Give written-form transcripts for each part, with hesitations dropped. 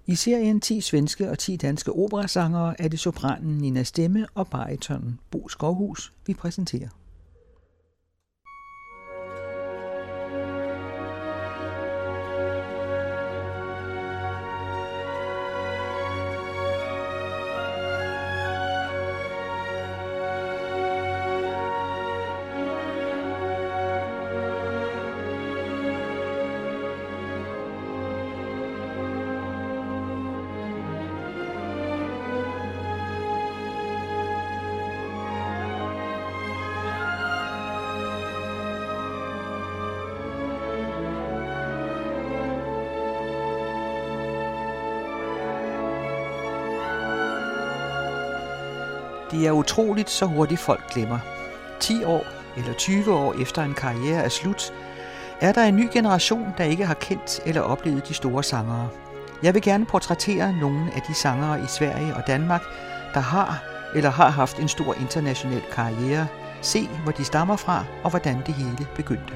I serien 10 svenske og 10 danske operasangere er det sopranen Nina Stemme og baritonen Bo Skovhus, vi præsenterer. Det er utroligt, så hurtigt folk glemmer. 10 år eller 20 år efter en karriere er slut, er der en ny generation, der ikke har kendt eller oplevet de store sangere. Jeg vil gerne portrættere nogle af de sangere i Sverige og Danmark, der har eller har haft en stor international karriere. Se, hvor de stammer fra og hvordan det hele begyndte.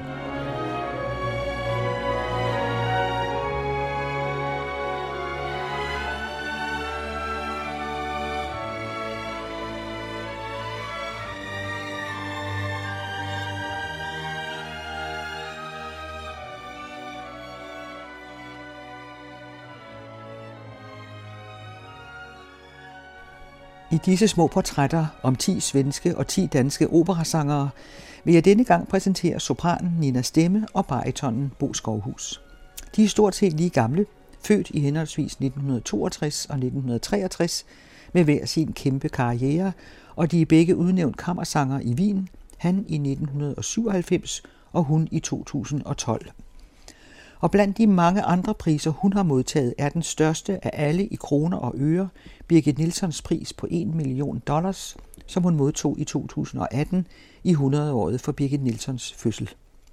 I disse små portrætter om 10 svenske og 10 danske operasangere vil jeg denne gang præsentere sopranen Nina Stemme og baritonen Bo Skovhus. De er stort set lige gamle, født i henholdsvis 1962 og 1963 med hver sin kæmpe karriere, og de er begge udnævnt kammersanger i Wien, han i 1997 og hun i 2012. Og blandt de mange andre priser, hun har modtaget, er den største af alle i kroner og øre Birgit Nilssons pris på $1 million, som hun modtog i 2018 i 100-året for Birgit Nilssons fødsel.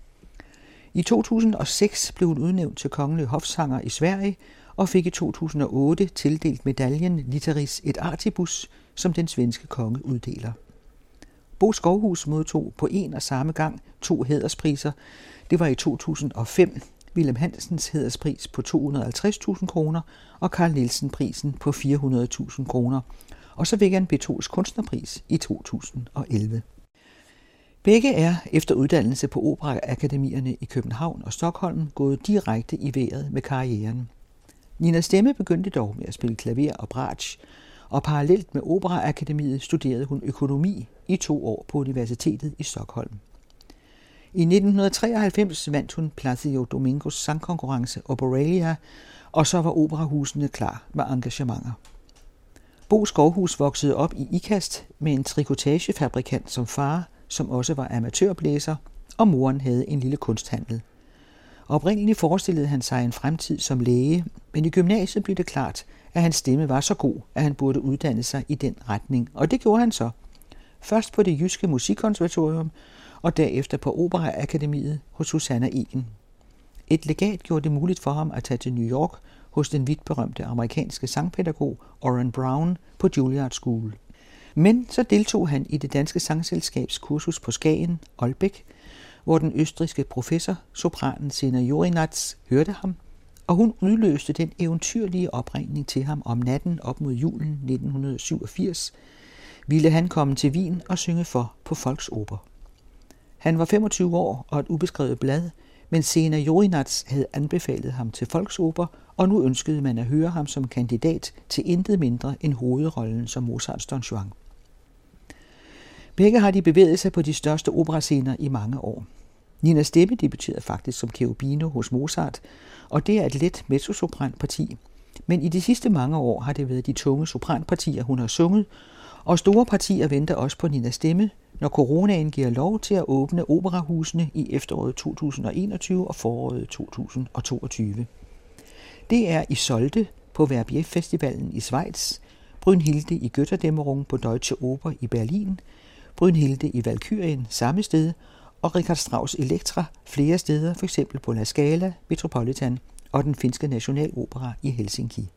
I 2006 blev hun udnævnt til kongelig hofsanger i Sverige og fik i 2008 tildelt medaljen Litteris et Artibus, som den svenske konge uddeler. Bo Skovhus modtog på en og samme gang 2 hæderspriser. Det var i 2005 Wilhelm Hansens hæderspris på 250.000 kroner og Carl Nielsen-prisen på 400.000 kroner. Og så fik han B2's kunstnerpris i 2011. Begge er efter uddannelse på operaakademierne i København og Stockholm gået direkte i vejret med karrieren. Nina Stemme begyndte dog med at spille klaver og bratsch, og parallelt med operaakademiet studerede hun økonomi i 2 år på universitetet i Stockholm. I 1993 vandt hun Placido Domingos sangkonkurrence Operalia, og så var operahusene klar med engagementer. Bo Skovhus voksede op i Ikast med en trikotagefabrikant som far, som også var amatørblæser, og moren havde en lille kunsthandel. Oprindeligt forestillede han sig en fremtid som læge, men i gymnasiet blev det klart, at hans stemme var så god, at han burde uddanne sig i den retning, og det gjorde han så. Først på det jyske musikkonservatorium, og derefter på Operaakademiet hos Susanna Egen. Et legat gjorde det muligt for ham at tage til New York hos den vidt berømte amerikanske sangpædagog Orrin Brown på Juilliard School. Men så deltog han i det danske sangselskabs kursus på Skagen, Aalbæk, hvor den østrigske professor, sopranen Sena Jorinats, hørte ham, og hun udløste den eventyrlige opringning til ham om natten op mod julen 1987, ville han komme til Wien og synge for på Folksoper. Han var 25 år og et ubeskrevet blad, men Sena Jorinats havde anbefalet ham til Folksoper, og nu ønskede man at høre ham som kandidat til intet mindre end hovedrollen som Mozarts Don Juan. Begge har de bevæget sig på de største operascener i mange år. Nina Stemme debuterede faktisk som Cherubino hos Mozart, og det er et let mezzosopranparti. Men i de sidste mange år har det været de tunge sopranpartier, hun har sunget, og store partier venter også på Nina Stemme, når coronaen giver lov til at åbne operahusene i efteråret 2021 og foråret 2022. Det er Isolde på Verbier Festivalen i Schweiz, Brünnhilde i Götterdämmerung på Deutsche Oper i Berlin, Brünnhilde i Valkyrien samme sted, og Richard Strauss Elektra flere steder, f.eks. på La Scala, Metropolitan og den finske Nationalopera i Helsinki.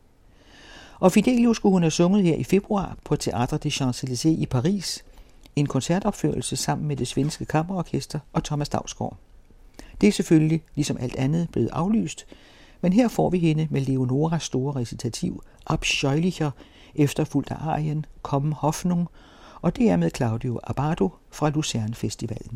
Og Fidelio skulle hun have sunget her i februar på Théâtre des Champs-Élysées i Paris, en koncertopførelse sammen med det svenske kammerorkester og Thomas Dausgaard. Det er selvfølgelig, ligesom alt andet, blevet aflyst, Men her får vi hende med Leonoras store recitativ Abscheulicher, efterfulgt af arien Komm Hoffnung, og det er med Claudio Abbado fra Lucerne Festivalen.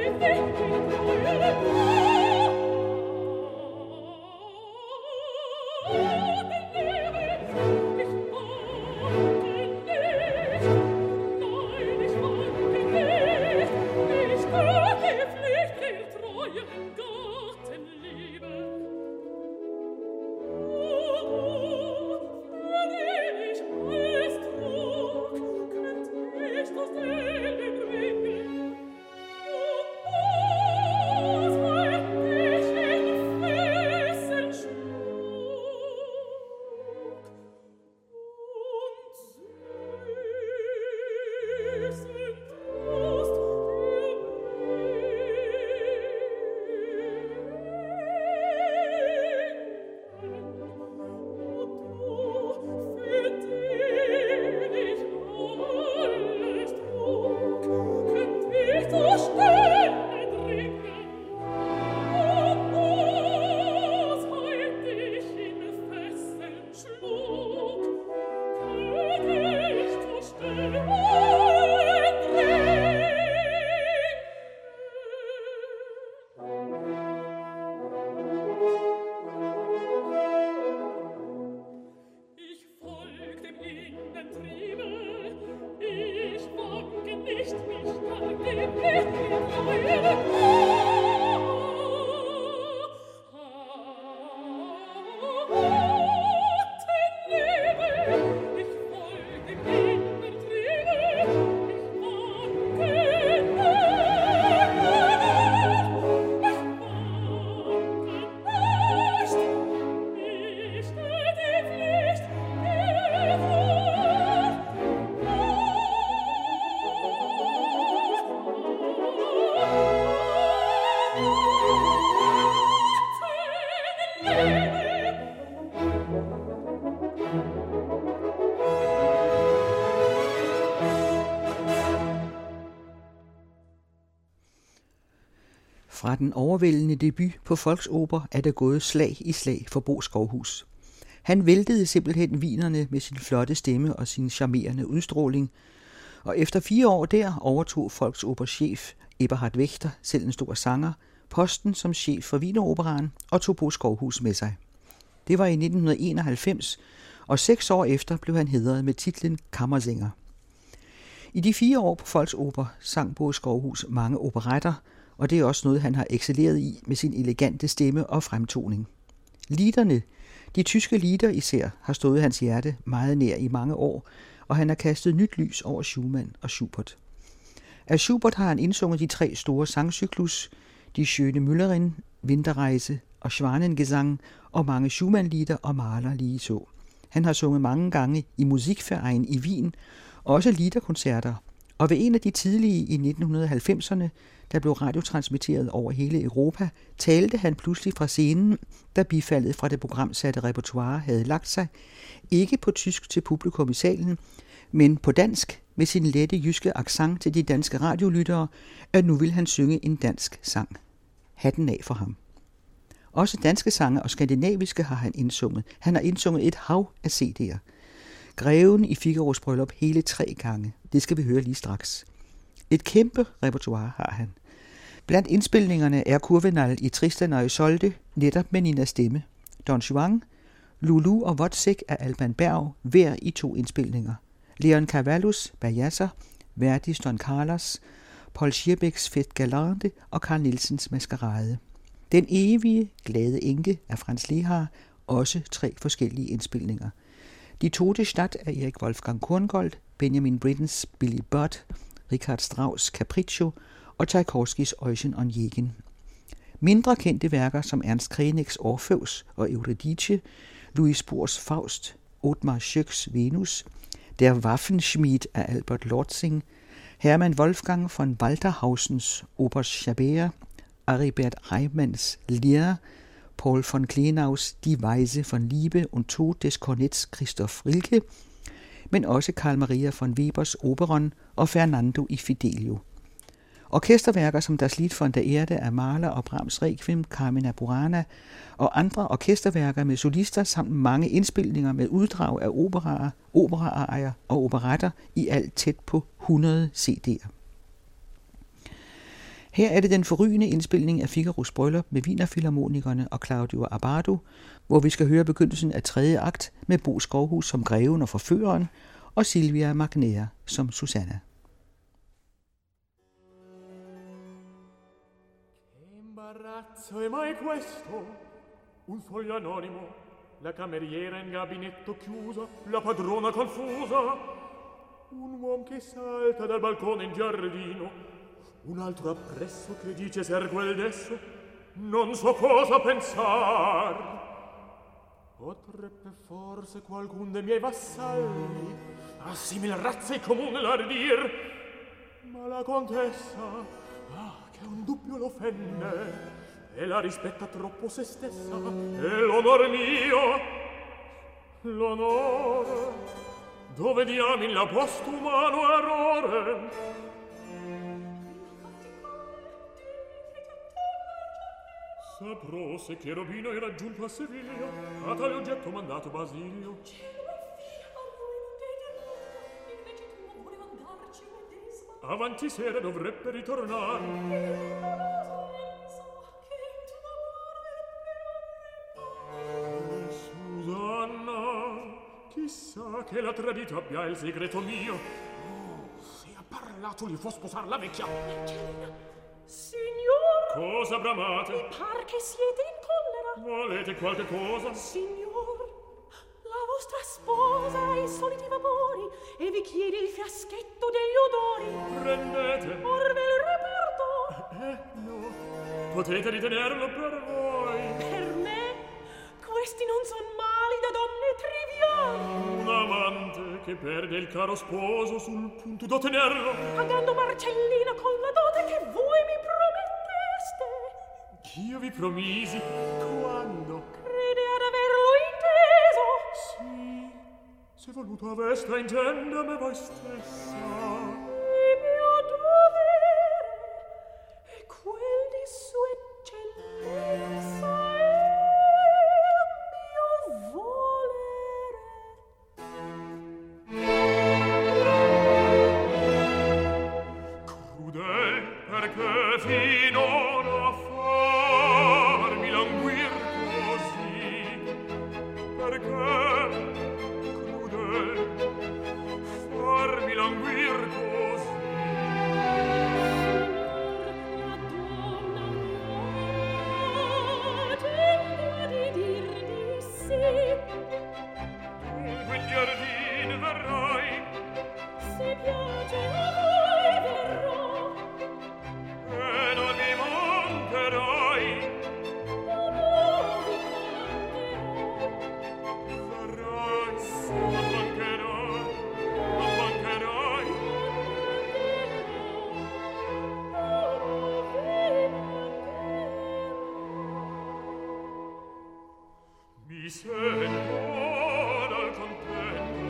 Fra den overvældende debut på Folksoper er der gået slag i slag for Bo Skovhus. Han væltede simpelthen wienerne med sin flotte stemme og sin charmerende udstråling, og efter 4 år der overtog Folksopers chef Eberhard Wächter, selv en stor sanger, posten som chef for Wieneroperaen og tog Bo Skovhus med sig. Det var i 1991, og 6 år efter blev han hædret med titlen Kammersänger. I de 4 år på Folksoper sang Bo Skovhus mange operetter, og det er også noget, han har excelleret i med sin elegante stemme og fremtoning. Liederne, de tyske lieder især, har stået hans hjerte meget nær i mange år, og han har kastet nyt lys over Schumann og Schubert. Af Schubert har han indsunget de 3 store sangcyklus, Die Schöne Müllerin, Winterreise og Schwanengesang, og mange Schumann-lieder og Mahler ligeså. Han har sunget mange gange i Musikverein i Wien, også liederkoncerter, og ved en af de tidlige i 1990'erne, der blev radiotransmitteret over hele Europa, talte han pludselig fra scenen, da bifaldet fra det programsatte repertoire havde lagt sig, ikke på tysk til publikum i salen, men på dansk med sin lette jyske accent til de danske radiolyttere, at nu vil han synge en dansk sang. Hatten af for ham. Også danske sange og skandinaviske har han indsunget. Han har indsunget et hav af CD'er. Greven i Figaros bryllup hele 3 gange. Det skal vi høre lige straks. Et kæmpe repertoire har han. Blandt indspilningerne er Kurvenal i Tristan og Isolde, netop med Ninas stemme. Don Juan, Lulu og Wozzeck af Alban Berg, hver i 2 indspilninger. Leon Cavallos, Bajazzer, Verdis Don Carlos, Paul Schierbecks Fête Galante og Carl Nielsens Maskerade. Den evige, glade enke af Franz Lehár, også 3 forskellige indspilninger. Die Tote Stadt af Erik Wolfgang Korngold, Benjamin Brittens Billy Budd, Richard Strauss Capriccio og Tchaikovskis Eugen Onegin. Mindre kendte værker som Ernst Kreneks Orfeus og Eurydice, Louis Spohrs Faust, Ottmar Schöcks Venus, Der Waffenschmied af Albert Lortzing, Hermann Wolfgang von Walterhausens Oberst Chabert, Aribert Reimanns Lear, Paul von Klenaus Die Weise von Liebe und Tod des Kornets Christoph Rilke, men også Carl Maria von Webers Oberon og Fernando i Fidelio. Orkesterværker som Das Lied von der Erde af Mahler og Brahms Requiem, Carmina Burana og andre orkesterværker med solister samt mange indspilninger med uddrag af operaer, operaarier og operetter i alt tæt på 100 CD'er. Her er det den forrygende indspilning af Figaros bryllup med Wienerfilharmonikerne og Claudio Abbado, hvor vi skal høre begyndelsen af 3. akt med Bo Skovhus som greven og forføreren og Silvia Magnea som Susanna. Imbarazzo è mai questo? Un foglio anonimo, la cameriera in gabinetto chiusa, la padrona confusa, un uomo che salta dal balcone in giardino, un altro appresso che dice ser quel desso, non so cosa pensar. Potrebbe forse qualcun dei miei vassalli a simil razza e comune l'ardir, ma la contessa, che un dubbio l'offende, e la rispetta troppo se stessa, e l'onor mio, l'onore, dove diamin la postumano errore. Saprò se Cherubino è raggiunto a Seviglia, a tale oggetto mandato Basilio. Cielo e via, ma lui non vede nulla, invece tu non voleva andarci medesima. Avanti sera dovrebbe ritornare. Susanna, chissà che la tradito abbia il segreto mio. Se ha parlato gli può sposar la vecchia. Signor! Cosa bramate? Mi par che siete in collera. Volete qualche cosa? Signor, la vostra sposa ha i soliti vapori e vi chiede il fiaschetto degli odori. Prendete. Orve il reparto. No. Potete ritenerlo per voi. Per me? Questi non son mali da donne triviali. Un amante che perde il caro sposo sul punto d'ottenerlo. Pagando Marcellina con la dote che voi mi prometteste. Io vi promisi. Quando? Crede ad averlo inteso? Sì. Se voluto aveste intendere voi stessa. Il mio dovere è quel di sua eccellenza e mio volere. Crudel perché finora farmi languir così, perché crudel farmi languir così. La donna mia tenta di dir di sì. Dunque in giardin verrai, Se piace a voi verrò. e non mi mancherai. Non vi mancherò. Verrai, non mancherai, non mancherai. Mi sento dal contento,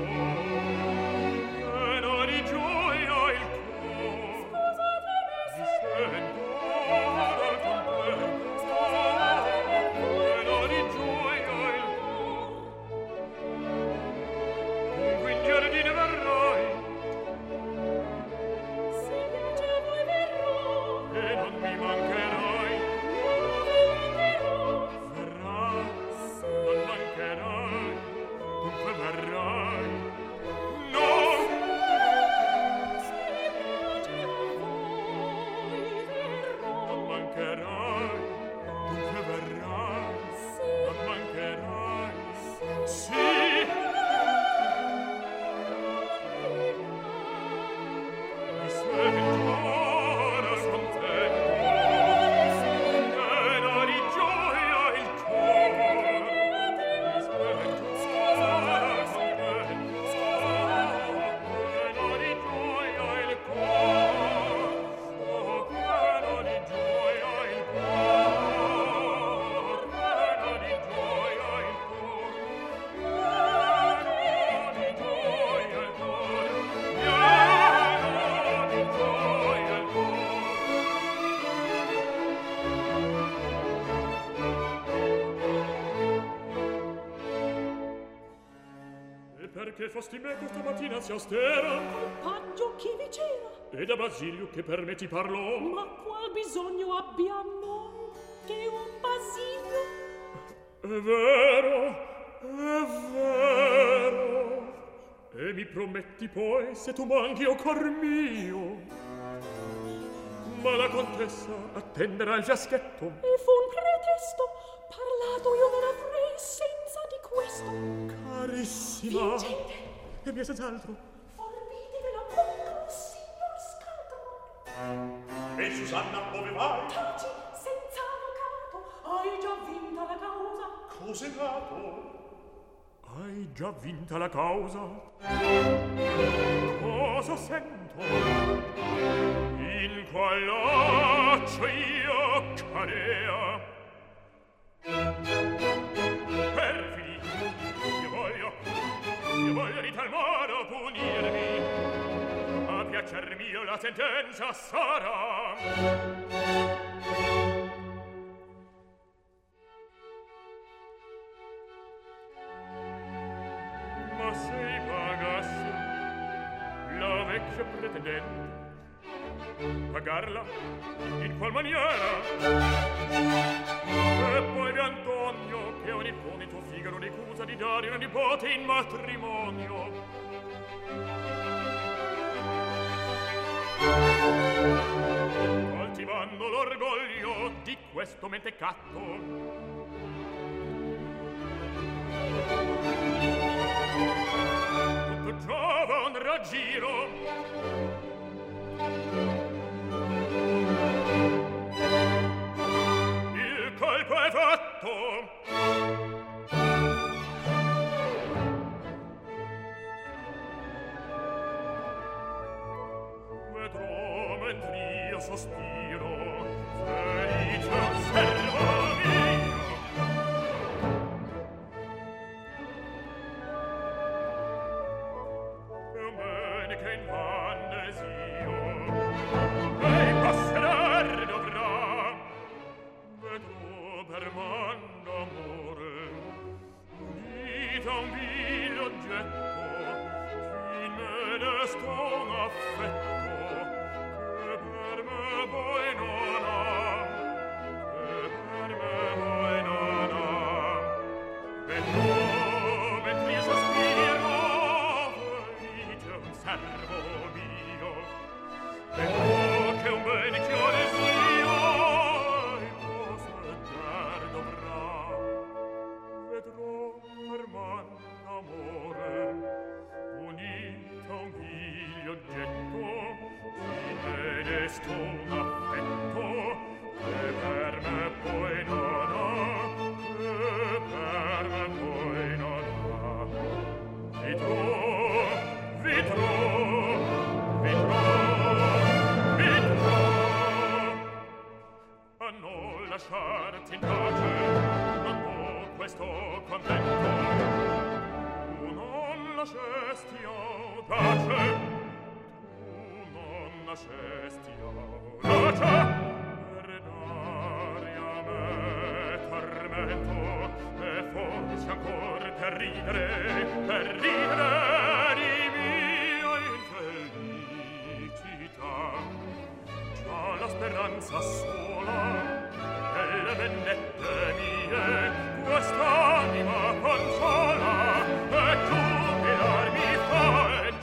pieno di gioia il cor. Mi sento dal contento, pieno di gioia il cor. Dunque in giardino verrai, Se piace a voi verrò. e non mi mancherai. Non vi mancherò. Verrai, non mancherai, dunque verrai. No! Se piace a voi verrò. Non mancherai, dunque verrai. Non mancherai. Sì! Mi sento ora contento, pieno di gioia il cuore. Mi sento ora contento, pieno di gioia il cuore. Oh, pieno di gioia il cuore, pieno di gioia il cuore, pieno di gioia il cuore, pieno di gioia il cuore. E perché fosti me questa mattina si austera? Paggio chi vi c'era? ed a Basilio che per me ti parlò. Ma qual bisogno abbiamo che un Basilio? È vero, è vero. E mi prometti poi, se tu manchi o cor mio. Ma la contessa attenderà il fiaschetto. E fu un pretesto, parlato io non avrei senza di questo. Carissima. Fingete. E mia senz'altro. Forbite la bocca, signor Scaltro. E Susanna, dove vai? Taci, senza avvocato, hai già vinta la causa. Cos'è nato? Hai già vinta la causa? Cosa sento? In qual laccio io cadea? Perfidi, io voglio di tal modo punirmi. A piacer mio la sentenza sarà. Ma se pagasse la vecchia pretendente, pagarla in qual maniera? E poi di Antonio, che ogni nipote Figaro ricusa di dare una nipote in matrimonio. Coltivando l'orgoglio di questo mentecatto, trova un raggiro. Il colpo è fatto. Vedrò mentr'io sospiro, felice osservo mio. Che in van desio lei passerar dovrà. Vedrò per man d'amore unita un vil oggetto, fin me desta un affetto che per me poi non ha, che per me poi non ha. Vedrò mentre sospiro servo mio, vedrò che un bene che ho desio e posseder dovrà. Vedrò per man d'amore unito un vil oggetto, in me desto un affetto che per me poi non ha, che per me poi non ha. Vedrò a non lasciarti in pace, non può questo convento. Tu non lasciasti audace, tu non lasciasti audace, per dare a me tormento, e forse ancor per ridere di mia infelicità. Già la speranza sola delle vendette mie quest'anima consola, e giubilar mi fa, e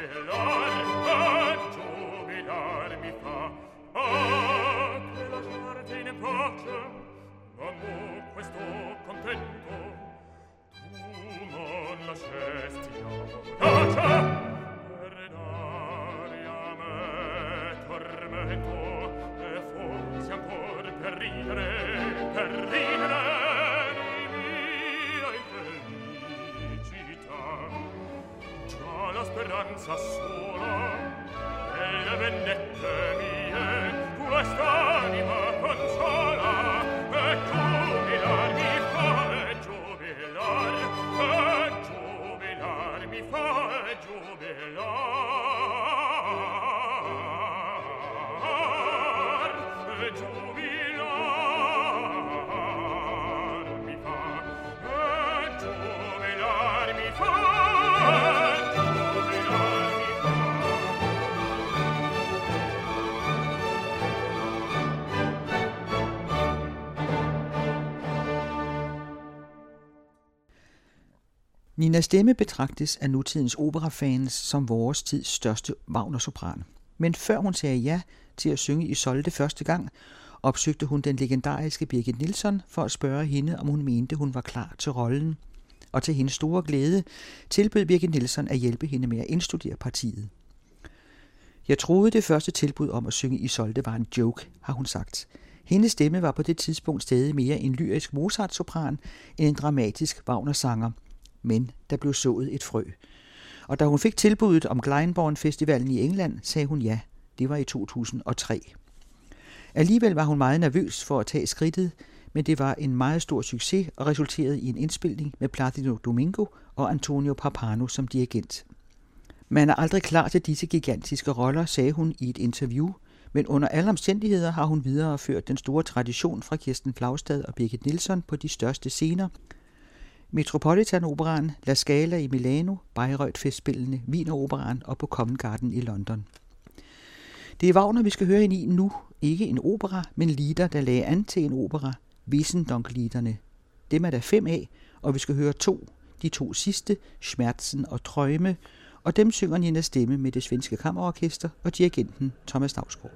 giubilar mi fa. Ah, che lasciarti in pace non può questo contento. Tu non lasciasti audace per dare a me tormento, e forse ancor per ridere di mia infelicità. Già la speranza sola delle vendette mie quest'anima consola, e giubilar mi fa, e giubilar mi fa, e giubilar mi fa, e giubilar mi fa. Nina Stemme betragtes af nutidens operafans som vores tids største Wagner-sopran. Men før hun sagde ja til at synge Isolde første gang, opsøgte hun den legendariske Birgit Nilsson for at spørge hende, om hun mente, hun var klar til rollen. Og til hendes store glæde tilbød Birgit Nilsson at hjælpe hende med at indstudere partiet. Jeg troede, det første tilbud om at synge Isolde var en joke, har hun sagt. Hendes stemme var på det tidspunkt stadig mere en lyrisk Mozart-sopran end en dramatisk Wagner-sanger. Men der blev sået et frø. Og da hun fik tilbuddet om Glyndebourne-festivalen i England, sagde hun ja. Det var i 2003. Alligevel var hun meget nervøs for at tage skridtet, men det var en meget stor succes og resulterede i en indspilning med Plácido Domingo og Antonio Pappano som dirigent. Man er aldrig klar til disse gigantiske roller, sagde hun i et interview, men under alle omstændigheder har hun videreført den store tradition fra Kirsten Flagstad og Birgit Nilsson på de største scener. Metropolitan-operaen, La Scala i Milano, Bayreuth-festspillene, Wiener-operaen og på Covent Garden i London. Det er Wagner, vi skal høre ind i nu. Ikke en opera, men lieder, der lagde an til en opera. Wiesendank-liederne. Dem er der 5 af, og vi skal høre 2. De 2 sidste, Schmerzen og Träume, og dem synger Nina Stemme med det svenske kammerorkester og dirigenten Thomas Dausgaard.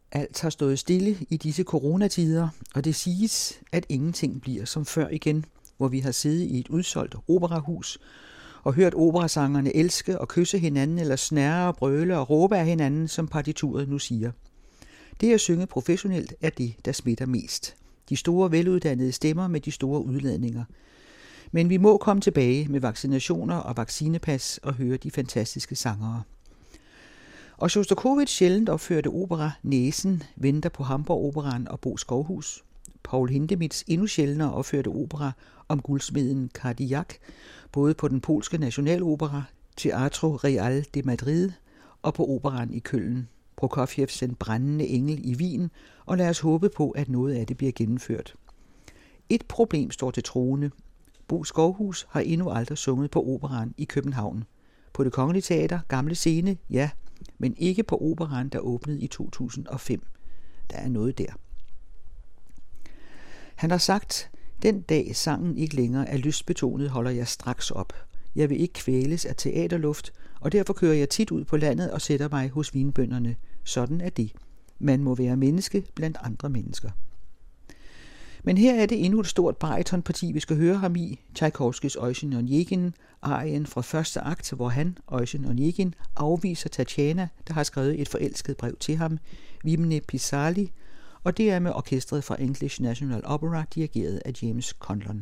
Alt har stået stille i disse coronatider, og det siges, at ingenting bliver som før igen, hvor vi har siddet i et udsolgt operahus og hørt operasangerne elske og kysse hinanden eller snærre og brøle og råbe af hinanden, som partituret nu siger. Det at synge professionelt er det, der smitter mest. De store veluddannede stemmer med de store udladninger. Men vi må komme tilbage med vaccinationer og vaccinepas og høre de fantastiske sangere. Og Sjostakovitj sjældent opførte opera Næsen venter på Hamburg Operaen og Bo Skovhus. Paul Hindemiths endnu sjældnere opførte opera om guldsmeden Cardillac, både på den polske nationalopera, Teatro Real de Madrid og på operaen i Køln. Prokofjevs Den brændende engel i Wien, og lad os håbe på, at noget af det bliver gennemført. Et problem står til troende. Bo Skovhus har endnu aldrig sunget på operaen i København. På Det Kongelige Teater, Gamle Scene, ja, men ikke på operaen, der åbnede i 2005. Der er noget der. Han har sagt, den dag sangen ikke længere er lystbetonet, holder jeg straks op. Jeg vil ikke kvæles af teaterluft, og derfor kører jeg tit ud på landet og sætter mig hos vinbønderne. Sådan er det. Man må være menneske blandt andre mennesker. Men her er det endnu et stort baritonparti, vi skal høre ham i, Tjajkovskijs Eugen Onegin, arien fra første akt, hvor han, Eugen Onegin, afviser Tatjana, der har skrevet et forelsket brev til ham, Vimne Pisali, og det er med orkestret fra English National Opera, dirigeret af James Conlon.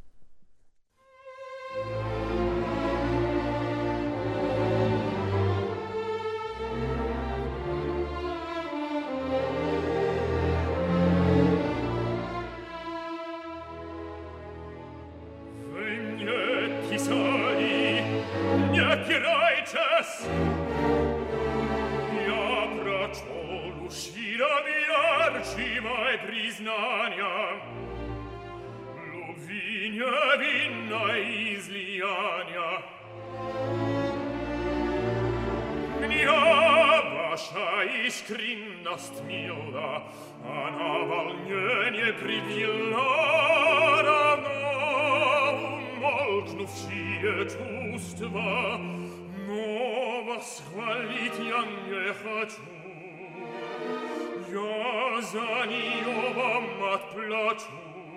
Iskrinnost miła, a nawalnienie привела равно, умолкнув все чувства, но восхвалить я не хочу. Я за нее вам отплачу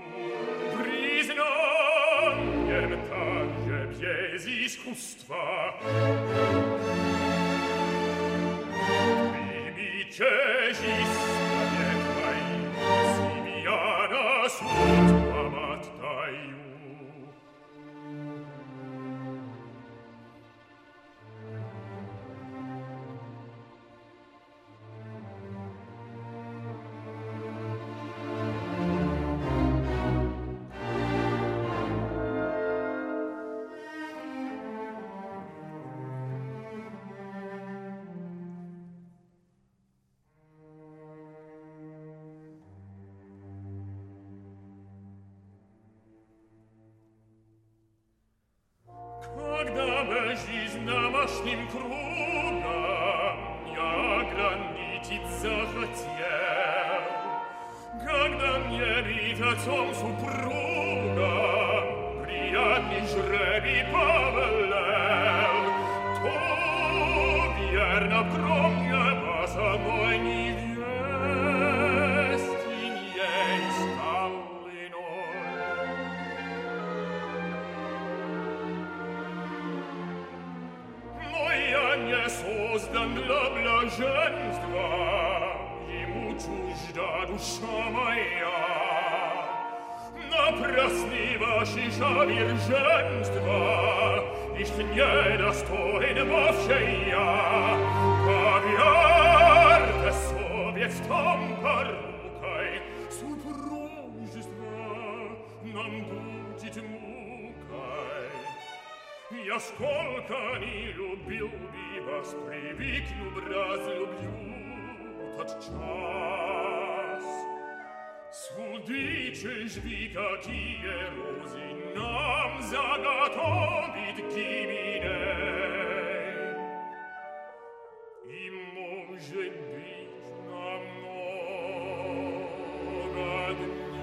признанием также без искусства. Чежиста нехай, Симьяна суд вам отдаю. Когда мы жизнь домашним кругом я граничить захотел, когда мне бить отцом супруга приятный жребий повелел, то верно кроме вас одной невесте не стал иной. Не создан для блаженства, ему чужда душа моя. Напрасны ваши жаверженства, лишь недостоин вовсе я. Поверьте совет в том порукой, супружество нам будет мукой. Я сколько не любил бы вас, привыкну, разлюблю тот час. Суды чужви, какие розы нам заготовит гибель. И, может быть, намного дней.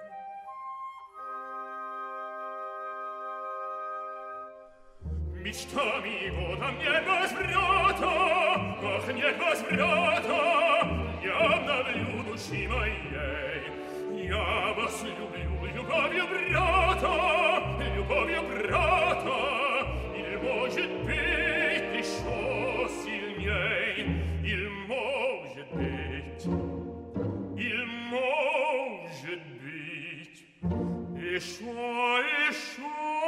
Мечтать amico, dammi was vrata, ach, nie was vrata, ja навлюду ши моей, я вас люблю, любовью брата, il может быть еще сильней, il может быть, еще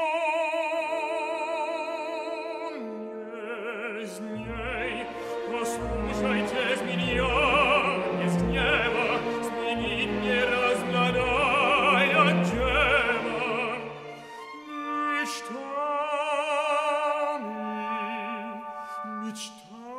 нежней, послушайте с меня, без гнева, сменить неразгаданное дело, мечтами.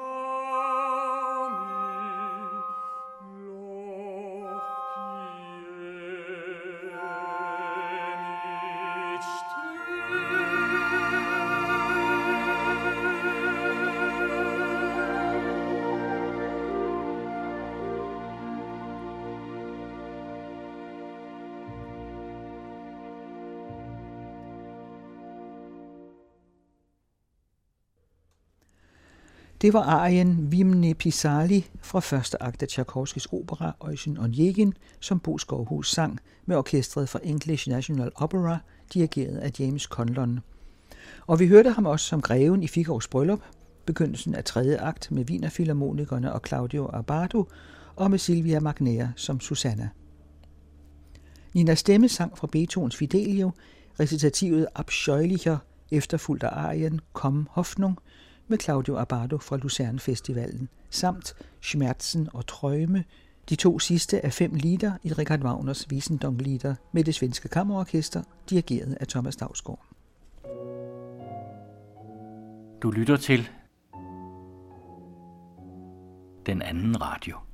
Det var arien Vimne Pisali fra første akt af Tchaikovskys opera Eugen Onegin, som Bo Skovhus sang med orkestret fra English National Opera, dirigeret af James Conlon. Og vi hørte ham også som greven i Figaros bryllup, begyndelsen af tredje akt med Wienerfilharmonikerne og Claudio Abbado, og med Silvia Magnair som Susanna. Nina Stemme sang fra Beethovens Fidelio, recitativet Abscheulicher, efterfulgt af arien Komm Hoffnung, med Claudio Abbado fra Lucerne Festivalen, samt Schmerzen og Träume, de to sidste af 5 lieder i Richard Wagners Wiesendonklieder med det svenske kammerorkester, dirigeret af Thomas Dausgaard. Du lytter til Den Anden Radio.